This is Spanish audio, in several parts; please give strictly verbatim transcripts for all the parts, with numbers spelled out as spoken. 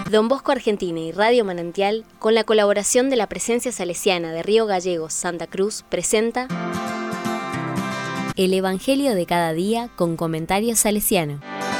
Don Bosco Argentina y Radio Manantial, con la colaboración de la Presencia Salesiana de Río Gallegos, Santa Cruz, presenta El Evangelio de cada día con comentario salesiano.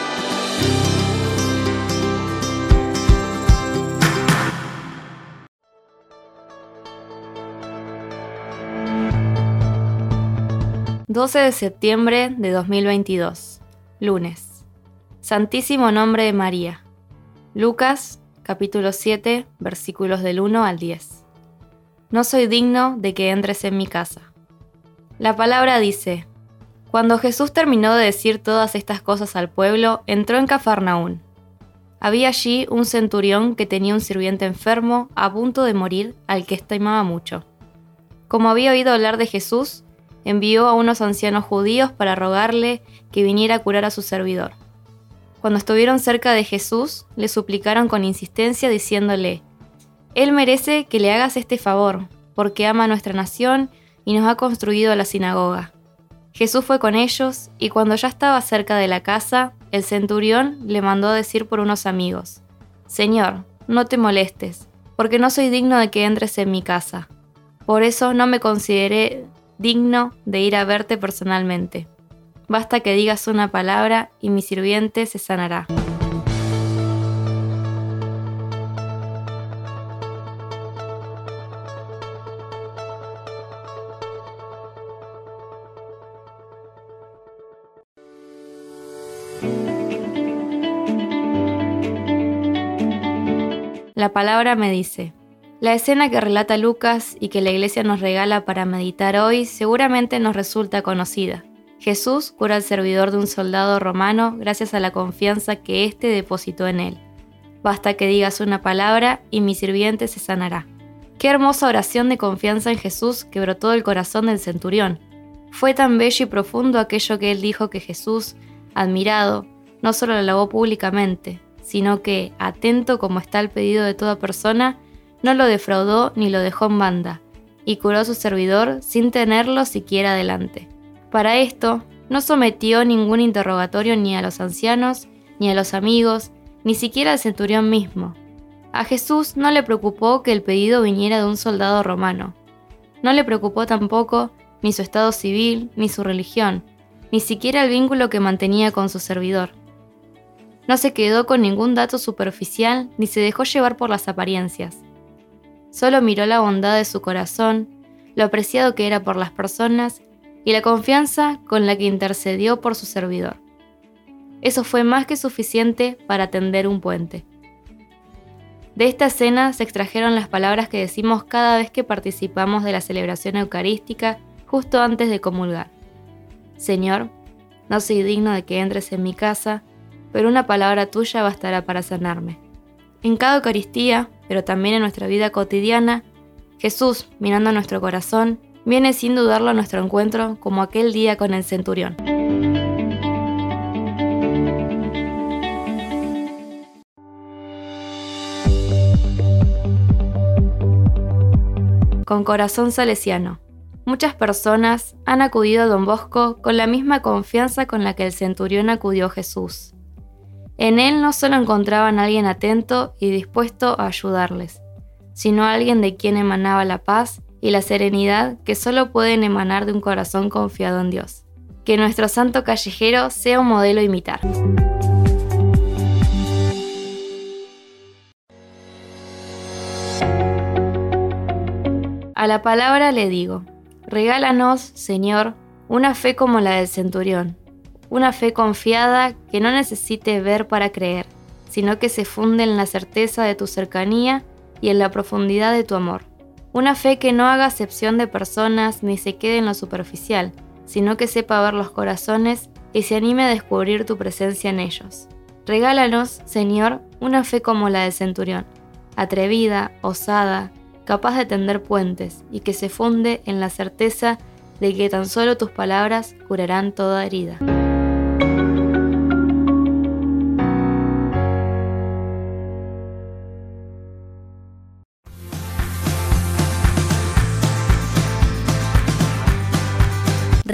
doce de septiembre de dos mil veintidós, lunes. Santísimo nombre de María. Lucas, capítulo siete, versículos del uno al diez. No soy digno de que entres en mi casa. La palabra dice: Cuando Jesús terminó de decir todas estas cosas al pueblo, entró en Cafarnaún. Había allí un centurión que tenía un sirviente enfermo, a punto de morir, al que estimaba mucho. Como había oído hablar de Jesús, envió a unos ancianos judíos para rogarle que viniera a curar a su servidor. Cuando estuvieron cerca de Jesús, le suplicaron con insistencia diciéndole: Él merece que le hagas este favor, porque ama a nuestra nación y nos ha construido la sinagoga. Jesús fue con ellos, y cuando ya estaba cerca de la casa, el centurión le mandó a decir por unos amigos: Señor, no te molestes, porque no soy digno de que entres en mi casa. Por eso no me consideré digno de ir a verte personalmente. Basta que digas una palabra y mi sirviente se sanará. La palabra me dice: la escena que relata Lucas y que la Iglesia nos regala para meditar hoy seguramente nos resulta conocida. Jesús cura al servidor de un soldado romano gracias a la confianza que éste depositó en él. Basta que digas una palabra y mi sirviente se sanará. Qué hermosa oración de confianza en Jesús que brotó del corazón del centurión. Fue tan bello y profundo aquello que él dijo que Jesús, admirado, no solo lo alabó públicamente, sino que, atento como está al pedido de toda persona, no lo defraudó ni lo dejó en banda, y curó a su servidor sin tenerlo siquiera delante. Para esto, no sometió ningún interrogatorio ni a los ancianos, ni a los amigos, ni siquiera al centurión mismo. A Jesús no le preocupó que el pedido viniera de un soldado romano. No le preocupó tampoco ni su estado civil, ni su religión, ni siquiera el vínculo que mantenía con su servidor. No se quedó con ningún dato superficial ni se dejó llevar por las apariencias. Solo miró la bondad de su corazón, lo apreciado que era por las personas y la confianza con la que intercedió por su servidor. Eso fue más que suficiente para tender un puente. De esta escena se extrajeron las palabras que decimos cada vez que participamos de la celebración eucarística justo antes de comulgar. Señor, no soy digno de que entres en mi casa, pero una palabra tuya bastará para sanarme. En cada Eucaristía, pero también en nuestra vida cotidiana, Jesús, mirando a nuestro corazón, viene sin dudarlo a nuestro encuentro como aquel día con el centurión. Con corazón salesiano. Muchas personas han acudido a Don Bosco con la misma confianza con la que el centurión acudió a Jesús. En él no solo encontraban a alguien atento y dispuesto a ayudarles, sino a alguien de quien emanaba la paz y la serenidad que solo pueden emanar de un corazón confiado en Dios. Que nuestro santo callejero sea un modelo a imitar. A la palabra le digo: regálanos, Señor, una fe como la del centurión. Una fe confiada que no necesite ver para creer, sino que se funde en la certeza de tu cercanía y en la profundidad de tu amor. Una fe que no haga acepción de personas ni se quede en lo superficial, sino que sepa ver los corazones y se anime a descubrir tu presencia en ellos. Regálanos, Señor, una fe como la del centurión, atrevida, osada, capaz de tender puentes y que se funde en la certeza de que tan solo tus palabras curarán toda herida.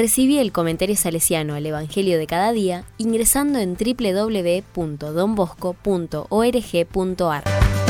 Recibí el comentario salesiano al Evangelio de cada día ingresando en doble u doble u doble u punto don bosco punto org punto a r.